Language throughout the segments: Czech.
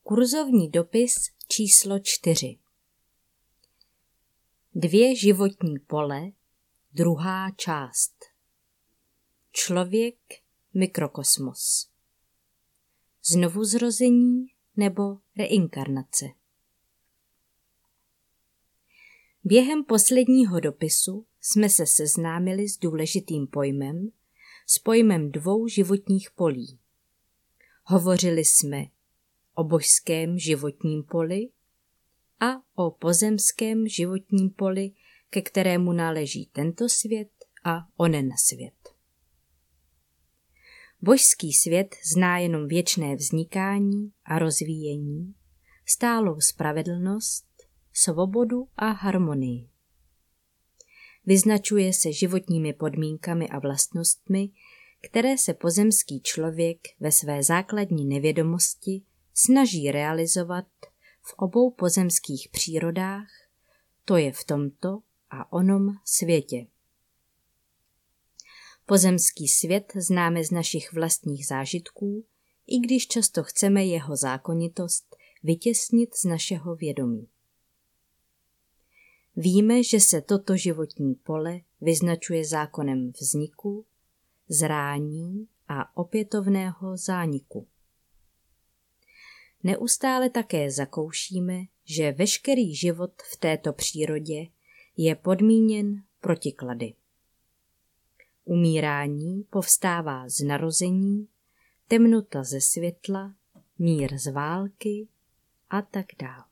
Kurzovní dopis číslo 4. 2 životní pole, druhá část. Člověk, mikrokosmos. Znovuzrození nebo reinkarnace. Během posledního dopisu jsme se seznámili s důležitým pojmem, s pojmem 2 životních polí. Hovořili jsme o božském životním poli a o pozemském životním poli, ke kterému náleží tento svět a onen svět. Božský svět zná jenom věčné vznikání a rozvíjení, stálou spravedlnost, svobodu a harmonii. Vyznačuje se životními podmínkami a vlastnostmi, které se pozemský člověk ve své základní nevědomosti snaží realizovat v obou pozemských přírodách, to je v tomto a onom světě. Pozemský svět známe z našich vlastních zážitků, i když často chceme jeho zákonitost vytěsnit z našeho vědomí. Víme, že se toto životní pole vyznačuje zákonem vzniku, zrání a opětovného zániku. Neustále také zakoušíme, že veškerý život v této přírodě je podmíněn protiklady. Umírání povstává z narození, temnota ze světla, mír z války a tak dále.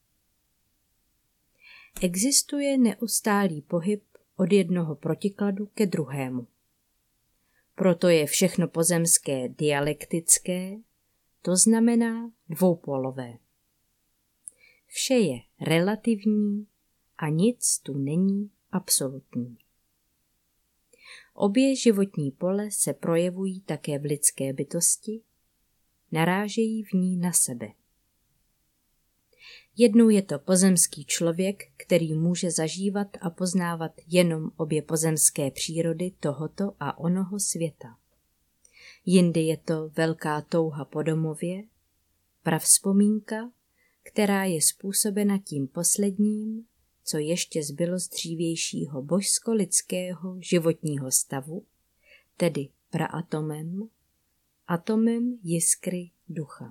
Existuje neustálý pohyb od jednoho protikladu ke druhému. Proto je všechno pozemské dialektické, to znamená dvoupolové. Vše je relativní a nic tu není absolutní. Obě životní pole se projevují také v lidské bytosti, narážejí v ní na sebe. Jednou je to pozemský člověk, který může zažívat a poznávat jenom obě pozemské přírody tohoto a onoho světa. Jindy je to velká touha po domově, pravzpomínka, která je způsobena tím posledním, co ještě zbylo z dřívějšího božsko-lidského životního stavu, tedy praatomem, atomem jiskry ducha.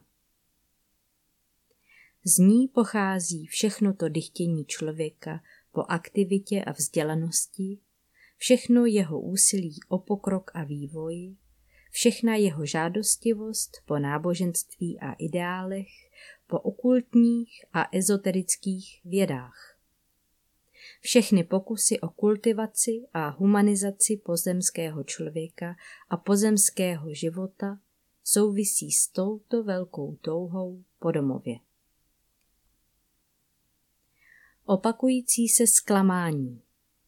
Z ní pochází všechno to dychtění člověka po aktivitě a vzdělanosti, všechno jeho úsilí o pokrok a vývoj, všechna jeho žádostivost po náboženství a ideálech, po okultních a ezoterických vědách. Všechny pokusy o kultivaci a humanizaci pozemského člověka a pozemského života souvisí s touto velkou touhou po domově. Opakující se zklamání.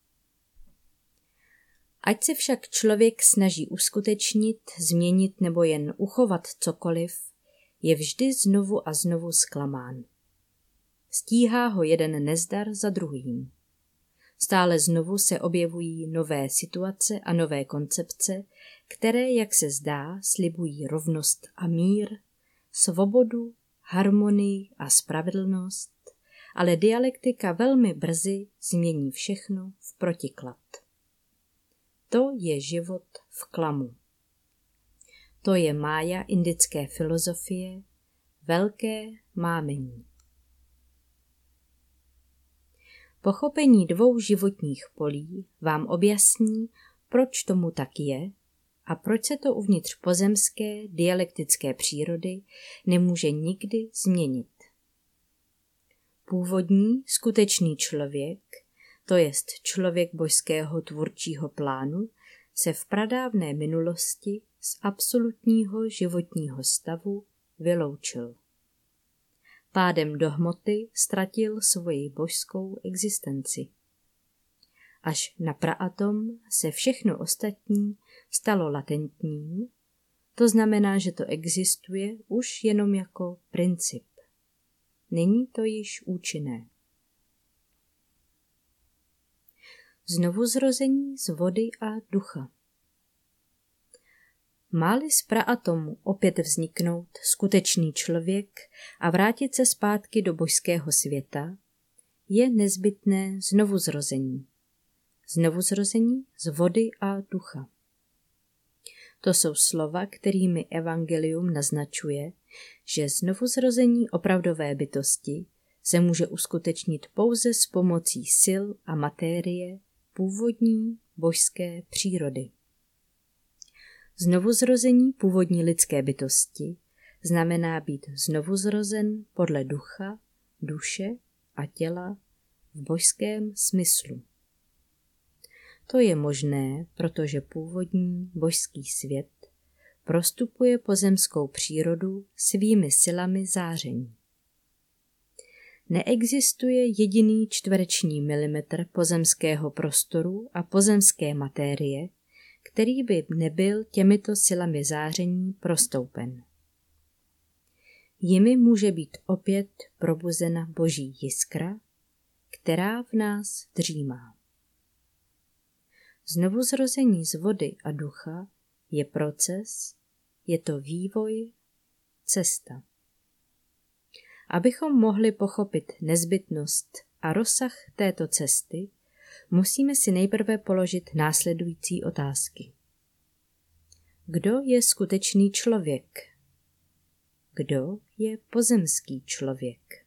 Ať se však člověk snaží uskutečnit, změnit nebo jen uchovat cokoliv, je vždy znovu a znovu zklamán. Stíhá ho jeden nezdar za druhým. Stále znovu se objevují nové situace a nové koncepce, které, jak se zdá, slibují rovnost a mír, svobodu, harmonii a spravedlnost, ale dialektika velmi brzy změní všechno v protiklad. To je život v klamu. To je mája indické filozofie, velké mámení. Pochopení 2 životních polí vám objasní, proč tomu tak je a proč se to uvnitř pozemské dialektické přírody nemůže nikdy změnit. Původní, skutečný člověk, to jest člověk božského tvůrčího plánu, se v pradávné minulosti z absolutního životního stavu vyloučil. Pádem do hmoty ztratil svoji božskou existenci. Až na praatom se všechno ostatní stalo latentním, to znamená, že to existuje už jenom jako princip. Není to již účinné. Znovuzrození z vody a ducha. Má-li z praatomu opět vzniknout skutečný člověk a vrátit se zpátky do božského světa, je nezbytné znovuzrození. Znovuzrození z vody a ducha. To jsou slova, kterými evangelium naznačuje, že znovuzrození opravdové bytosti se může uskutečnit pouze s pomocí sil a matérie původní božské přírody. Znovuzrození původní lidské bytosti znamená být znovuzrozen podle ducha, duše a těla v božském smyslu. To je možné, protože původní božský svět prostupuje pozemskou přírodu svými silami záření. Neexistuje jediný čtvereční milimetr pozemského prostoru a pozemské matérie, který by nebyl těmito silami záření prostoupen. Jimi může být opět probuzena boží jiskra, která v nás dřímá. Znovuzrození z vody a ducha je proces, je to vývoj, cesta. Abychom mohli pochopit nezbytnost a rozsah této cesty, musíme si nejprve položit následující otázky. Kdo je skutečný člověk? Kdo je pozemský člověk?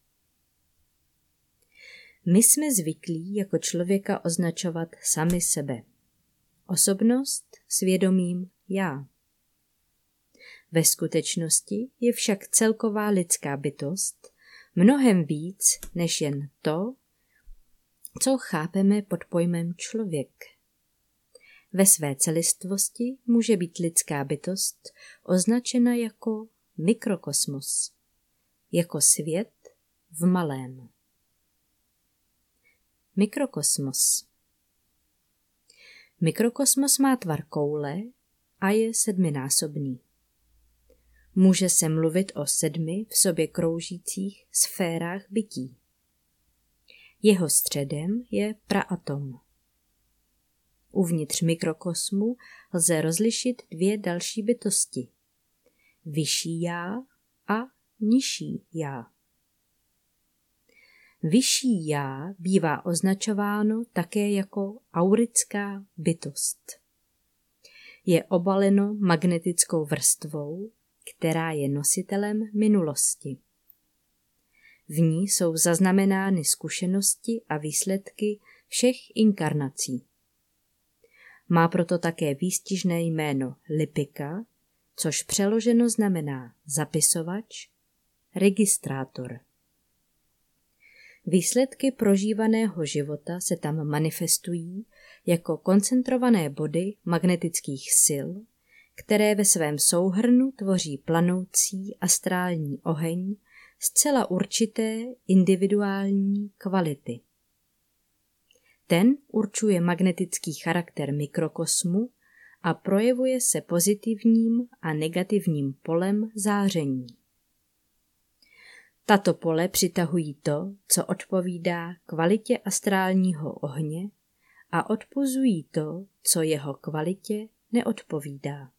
My jsme zvyklí jako člověka označovat sami sebe. Osobnost svědomím já. Ve skutečnosti je však celková lidská bytost mnohem víc než jen to, co chápeme pod pojmem člověk. Ve své celistvosti může být lidská bytost označena jako mikrokosmos, jako svět v malém. Mikrokosmos. Mikrokosmos má tvar koule a je sedminásobný. Může se mluvit o 7 v sobě kroužících sférách bytí. Jeho středem je praatom. Uvnitř mikrokosmu lze rozlišit 2 další bytosti. Vyšší já a nižší já. Vyšší já bývá označováno také jako aurická bytost. Je obaleno magnetickou vrstvou, která je nositelem minulosti. V ní jsou zaznamenány zkušenosti a výsledky všech inkarnací. Má proto také výstižné jméno Lipika, což přeloženo znamená zapisovač, registrátor. Výsledky prožívaného života se tam manifestují jako koncentrované body magnetických sil, které ve svém souhrnu tvoří planoucí astrální oheň zcela určité individuální kvality. Ten určuje magnetický charakter mikrokosmu a projevuje se pozitivním a negativním polem záření. Tato pole přitahují to, co odpovídá kvalitě astrálního ohně a odpuzují to, co jeho kvalitě neodpovídá.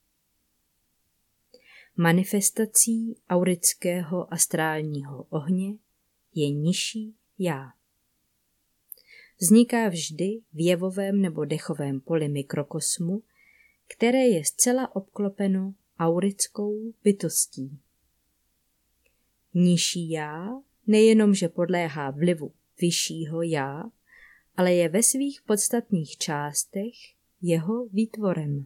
Manifestací aurického astrálního ohně je nižší já. Vzniká vždy v jevovém nebo dechovém poli mikrokosmu, které je zcela obklopeno aurickou bytostí. Nižší já nejenom, že podléhá vlivu vyššího já, ale je ve svých podstatných částech jeho výtvorem.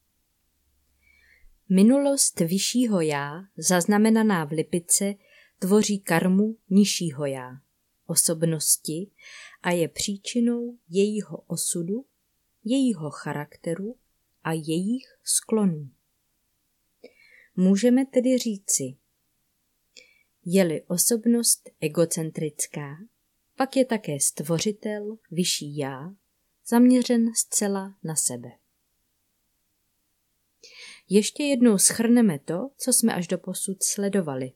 Minulost vyššího já, zaznamenaná v Lipice, tvoří karmu nižšího já, osobnosti a je příčinou jejího osudu, jejího charakteru a jejích sklonů. Můžeme tedy říci, je-li osobnost egocentrická, pak je také stvořitel, vyšší já, zaměřen zcela na sebe. Ještě jednou shrneme to, co jsme až doposud sledovali.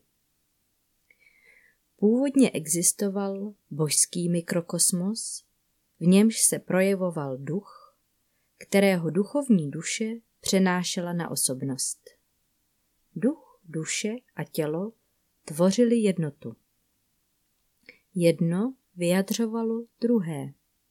Původně existoval božský mikrokosmos, v němž se projevoval duch, kterého duchovní duše přenášela na osobnost. Duch, duše a tělo tvořily jednotu. Jedno vyjadřovalo druhé.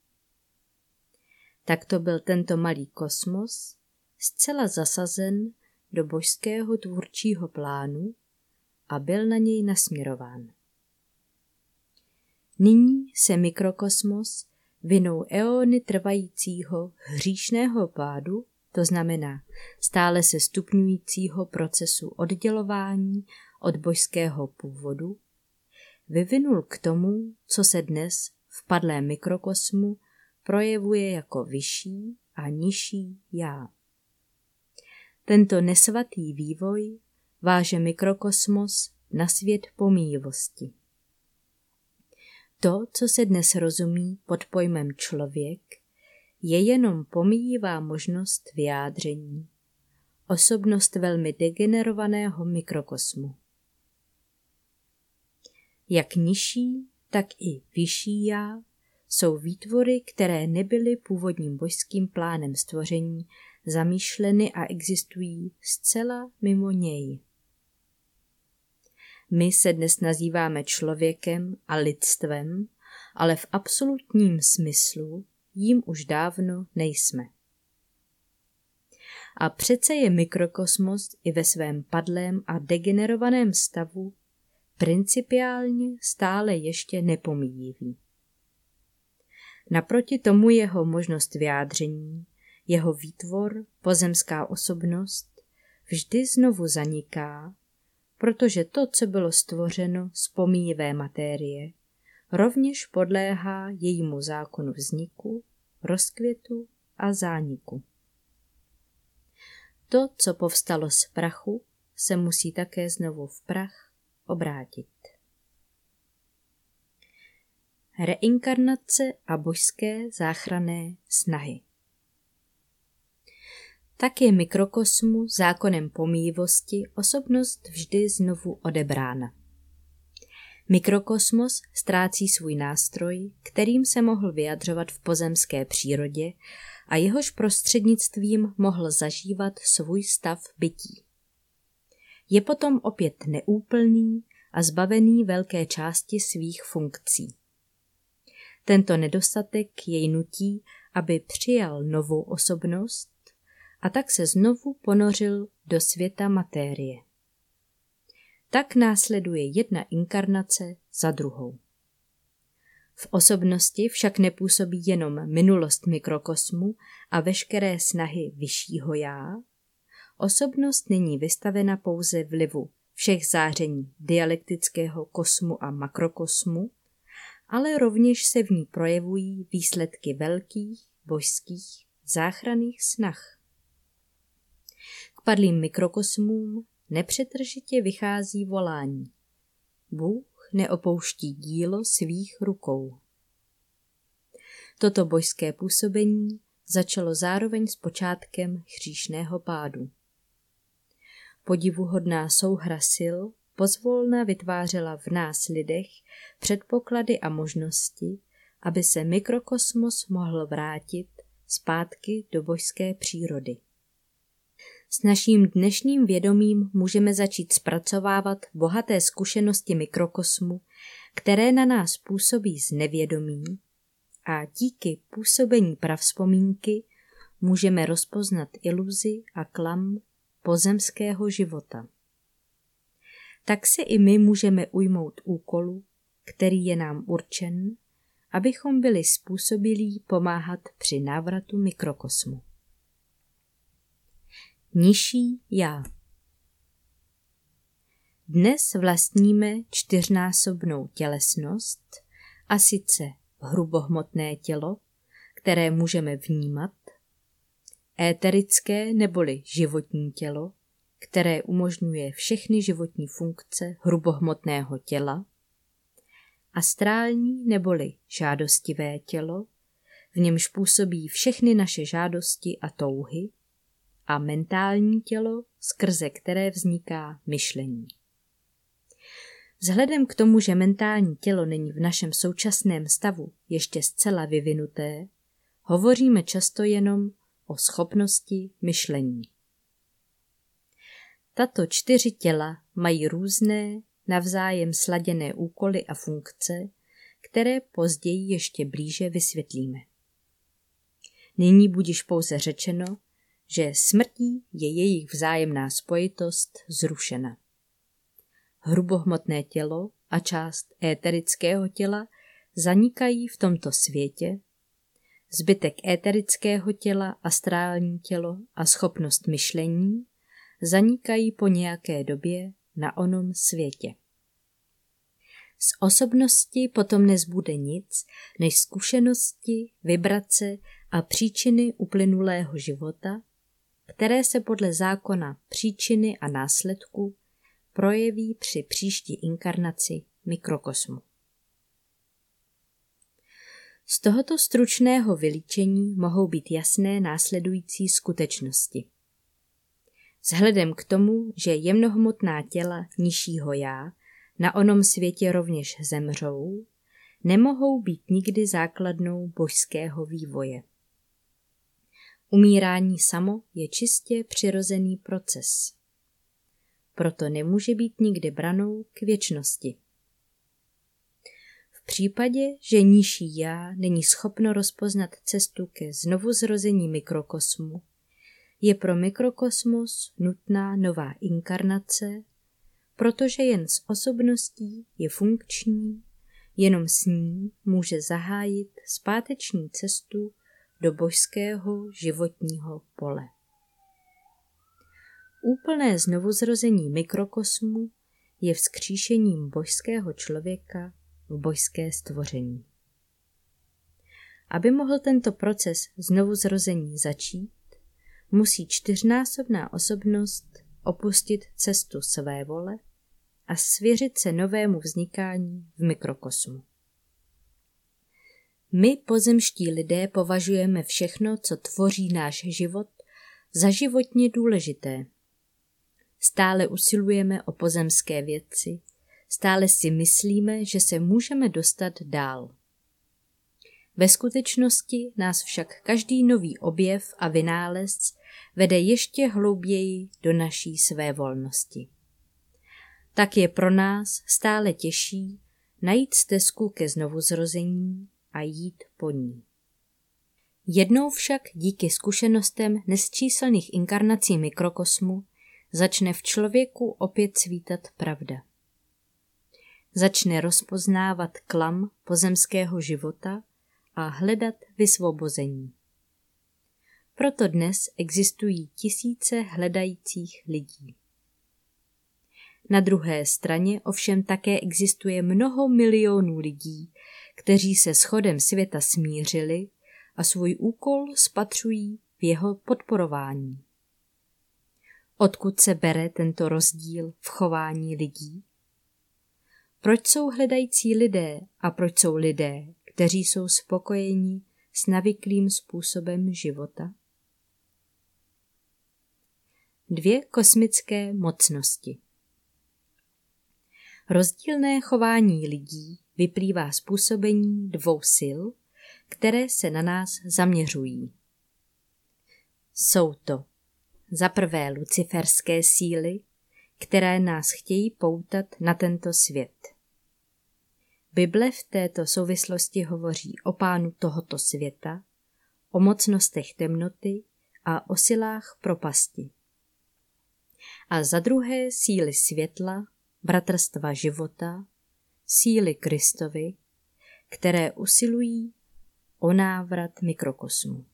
Takto byl tento malý kosmos zcela zasazen do božského tvůrčího plánu a byl na něj nasměrován. Nyní se mikrokosmos vinou eony trvajícího hříšného pádu, to znamená stále se stupňujícího procesu oddělování od božského původu, vyvinul k tomu, co se dnes v padlém mikrokosmu projevuje jako vyšší a nižší já. Tento nesvatý vývoj váže mikrokosmos na svět pomíjivosti. To, co se dnes rozumí pod pojmem člověk, je jenom pomíjivá možnost vyjádření, osobnost velmi degenerovaného mikrokosmu. Jak nižší, tak i vyšší já jsou výtvory, které nebyly původním božským plánem stvoření zamýšleny a existují zcela mimo něj. My se dnes nazýváme člověkem a lidstvem, ale v absolutním smyslu jím už dávno nejsme. A přece je mikrokosmos i ve svém padlém a degenerovaném stavu principiálně stále ještě nepomíjivý. Naproti tomu jeho možnost vyjádření, jeho výtvor, pozemská osobnost, vždy znovu zaniká, protože to, co bylo stvořeno z pomíjivé matérie, rovněž podléhá jejímu zákonu vzniku, rozkvětu a zániku. To, co povstalo z prachu, se musí také znovu v prach obrátit. Reinkarnace a božské záchranné snahy. Tak je mikrokosmu zákonem pomíjivosti osobnost vždy znovu odebrána. Mikrokosmos ztrácí svůj nástroj, kterým se mohl vyjadřovat v pozemské přírodě a jehož prostřednictvím mohl zažívat svůj stav bytí. Je potom opět neúplný a zbavený velké části svých funkcí. Tento nedostatek jej nutí, aby přijal novou osobnost a tak se znovu ponořil do světa matérie. Tak následuje jedna inkarnace za druhou. V osobnosti však nepůsobí jenom minulost mikrokosmu a veškeré snahy vyššího já. Osobnost není vystavena pouze vlivu všech záření dialektického kosmu a makrokosmu, ale rovněž se v ní projevují výsledky velkých, božských, záchranných snah. K padlým mikrokosmům nepřetržitě vychází volání. Bůh neopouští dílo svých rukou. Toto božské působení začalo zároveň s počátkem hříšného pádu. Podivuhodná souhra sil pozvolna vytvářela v nás lidech předpoklady a možnosti, aby se mikrokosmos mohl vrátit zpátky do božské přírody. S naším dnešním vědomím můžeme začít zpracovávat bohaté zkušenosti mikrokosmu, které na nás působí z nevědomí, a díky působení pravzpomínky můžeme rozpoznat iluzi a klam pozemského života. Tak se i my můžeme ujmout úkolu, který je nám určen, abychom byli způsobilí pomáhat při návratu mikrokosmu. Nižší já. Dnes vlastníme čtyřnásobnou tělesnost, a sice hrubohmotné tělo, které můžeme vnímat, éterické neboli životní tělo, které umožňuje všechny životní funkce hrubohmotného těla, astrální neboli žádostivé tělo, v němž působí všechny naše žádosti a touhy, a mentální tělo, skrze které vzniká myšlení. Vzhledem k tomu, že mentální tělo není v našem současném stavu ještě zcela vyvinuté, hovoříme často jenom o schopnosti myšlení. Tato 4 těla mají různé, navzájem sladěné úkoly a funkce, které později ještě blíže vysvětlíme. Nyní budiž pouze řečeno, že smrtí je jejich vzájemná spojitost zrušena. Hrubohmotné tělo a část éterického těla zanikají v tomto světě, zbytek éterického těla, astrální tělo a schopnost myšlení zanikají po nějaké době na onom světě. Z osobnosti potom nezbude nic, než zkušenosti, vibrace a příčiny uplynulého života, které se podle zákona příčiny a následku projeví při příští inkarnaci mikrokosmu. Z tohoto stručného vylíčení mohou být jasné následující skutečnosti. Vzhledem k tomu, že jemnohmotná těla nižšího já na onom světě rovněž zemřou, nemohou být nikdy základnou božského vývoje. Umírání samo je čistě přirozený proces. Proto nemůže být nikdy branou k věčnosti. V případě, že nižší já není schopno rozpoznat cestu ke znovuzrození mikrokosmu, je pro mikrokosmos nutná nová inkarnace, protože jen s osobností je funkční, jenom s ní může zahájit zpáteční cestu do božského životního pole. Úplné znovuzrození mikrokosmu je vzkříšením božského člověka v božské stvoření. Aby mohl tento proces znovuzrození začít, musí 4násobná osobnost opustit cestu své vole a svěřit se novému vznikání v mikrokosmu. My, pozemští lidé, považujeme všechno, co tvoří náš život, za životně důležité. Stále usilujeme o pozemské věci, stále si myslíme, že se můžeme dostat dál. Ve skutečnosti nás však každý nový objev a vynález vede ještě hlouběji do naší svévolnosti. Tak je pro nás stále těžší najít stezku ke znovuzrození a jít po ní. Jednou však díky zkušenostem nesčíslných inkarnací mikrokosmu začne v člověku opět svítat pravda. Začne rozpoznávat klam pozemského života a hledat vysvobození. Proto dnes existují tisíce hledajících lidí. Na druhé straně ovšem také existuje mnoho milionů lidí, kteří se s chodem světa smířili a svůj úkol spatřují v jeho podporování. Odkud se bere tento rozdíl v chování lidí? Proč jsou hledající lidé a proč jsou lidé, kteří jsou spokojeni s navyklým způsobem života? 2 kosmické mocnosti. Rozdílné chování lidí vyplývá z působení 2 sil, které se na nás zaměřují. Jsou to za prvé luciferské síly, které nás chtějí poutat na tento svět. Bible v této souvislosti hovoří o pánu tohoto světa, o mocnostech temnoty a o silách propasti. A za druhé síly světla, bratrstva života, síly Kristovy, které usilují o návrat mikrokosmu.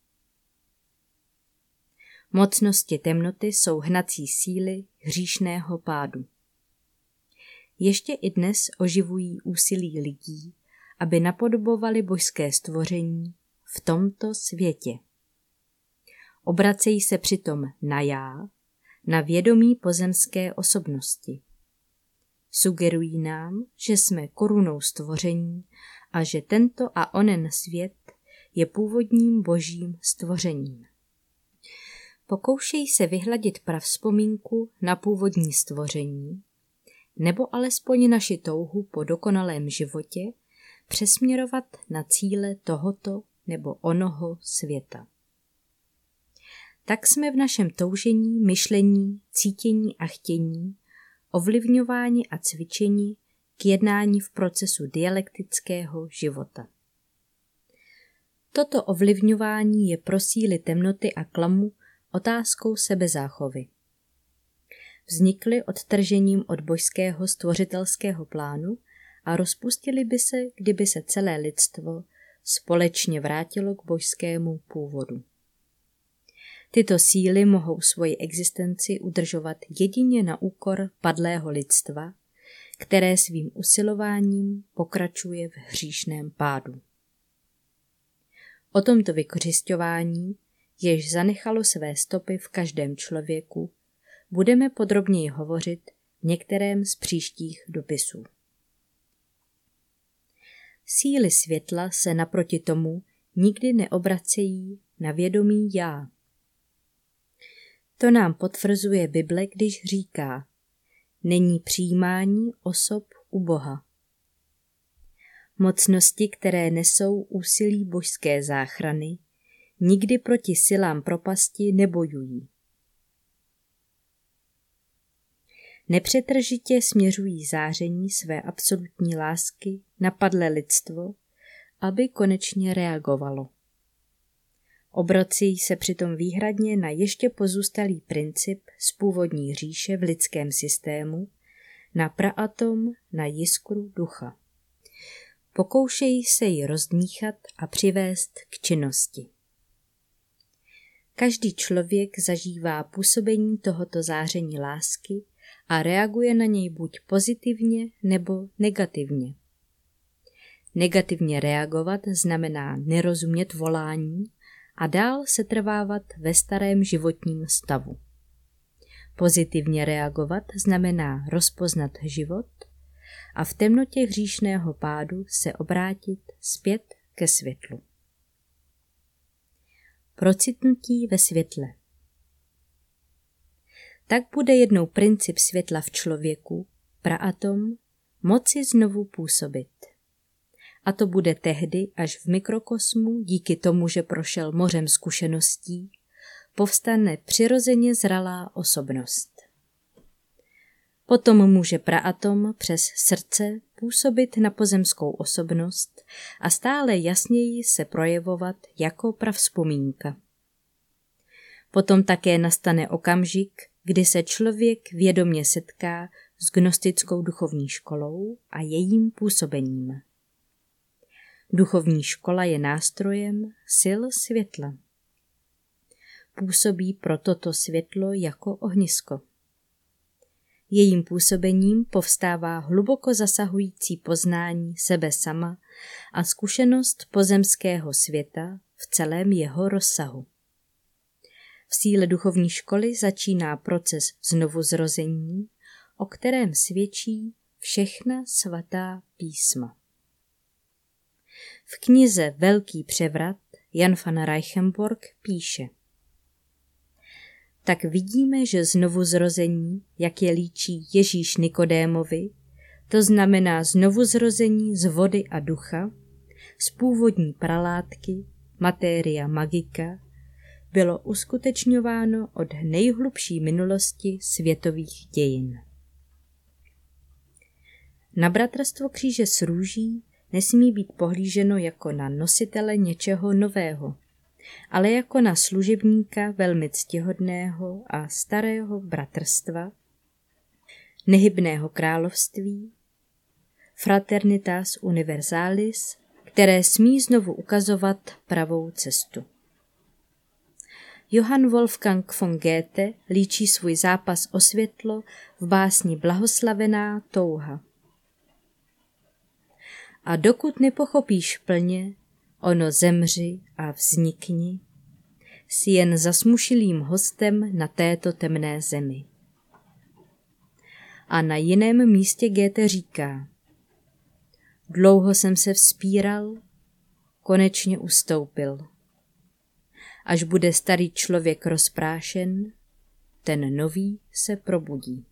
Mocnosti temnoty jsou hnací síly hříšného pádu. Ještě i dnes oživují úsilí lidí, aby napodobovali božské stvoření v tomto světě. Obracejí se přitom na já, na vědomí pozemské osobnosti. Sugerují nám, že jsme korunou stvoření a že tento a onen svět je původním božím stvořením. Pokoušejí se vyhladit pravzpomínku na původní stvoření, nebo alespoň naši touhu po dokonalém životě přesměrovat na cíle tohoto nebo onoho světa. tak jsme v našem toužení, myšlení, cítění a chtění ovlivňováni a cvičeni k jednání v procesu dialektického života. Toto ovlivňování je pro síly temnoty a klamu otázkou sebezáchovy. Vznikly odtržením od božského stvořitelského plánu a rozpustily by se, kdyby se celé lidstvo společně vrátilo k božskému původu. Tyto síly mohou svoji existenci udržovat jedině na úkor padlého lidstva, které svým usilováním pokračuje v hříšném pádu. O tomto vykořisťování, jež zanechalo své stopy v každém člověku, budeme podrobněji hovořit v některém z příštích dopisů. Síly světla se naproti tomu nikdy neobracejí na vědomí já. To nám potvrzuje Bible, když říká: není přijímání osob u Boha. Mocnosti, které nesou úsilí božské záchrany, nikdy proti silám propasti nebojují. Nepřetržitě směřují záření své absolutní lásky na padlé lidstvo, aby konečně reagovalo. Obrací se přitom výhradně na ještě pozůstalý princip z původní říše v lidském systému, na praatom, na jiskru ducha. Pokoušejí se ji rozdmíchat a přivést k činnosti. Každý člověk zažívá působení tohoto záření lásky a reaguje na něj buď pozitivně nebo negativně. Negativně reagovat znamená nerozumět volání a dál setrvávat ve starém životním stavu. Pozitivně reagovat znamená rozpoznat život a v temnotě hříšného pádu se obrátit zpět ke světlu. Procitnutí ve světle. Tak bude jednou princip světla v člověku, praatom, moci znovu působit. A to bude tehdy, až v mikrokosmu, díky tomu, že prošel mořem zkušeností, povstane přirozeně zralá osobnost. Potom může praatom přes srdce působit na pozemskou osobnost a stále jasněji se projevovat jako pravzpomínka. Potom také nastane okamžik, kdy se člověk vědomě setká s gnostickou duchovní školou a jejím působením. Duchovní škola je nástrojem sil světla. Působí pro toto světlo jako ohnisko. Jejím působením povstává hluboko zasahující poznání sebe sama a zkušenost pozemského světa v celém jeho rozsahu. V síle duchovní školy začíná proces znovuzrození, o kterém svědčí všechna svatá písma. V knize Velký převrat Jan van Reichenborch píše: tak vidíme, že znovuzrození, jak je líčí Ježíš Nikodémovi, to znamená znovuzrození z vody a ducha, z původní pralátky, materia magika, bylo uskutečňováno od nejhlubší minulosti světových dějin. Na bratrstvo kříže s růží nesmí být pohlíženo jako na nositele něčeho nového, ale jako na služebníka velmi ctihodného a starého bratrstva, nehybného království, fraternitas universalis, které smí znovu ukazovat pravou cestu. Johann Wolfgang von Goethe líčí svůj zápas o světlo v básni Blahoslavená touha. A dokud nepochopíš plně, ono zemři a vznikni, jsi jen zasmušilým hostem na této temné zemi. A na jiném místě Goethe říká: dlouho jsem se vzpíral, konečně ustoupil. Až bude starý člověk rozprášen, ten nový se probudí.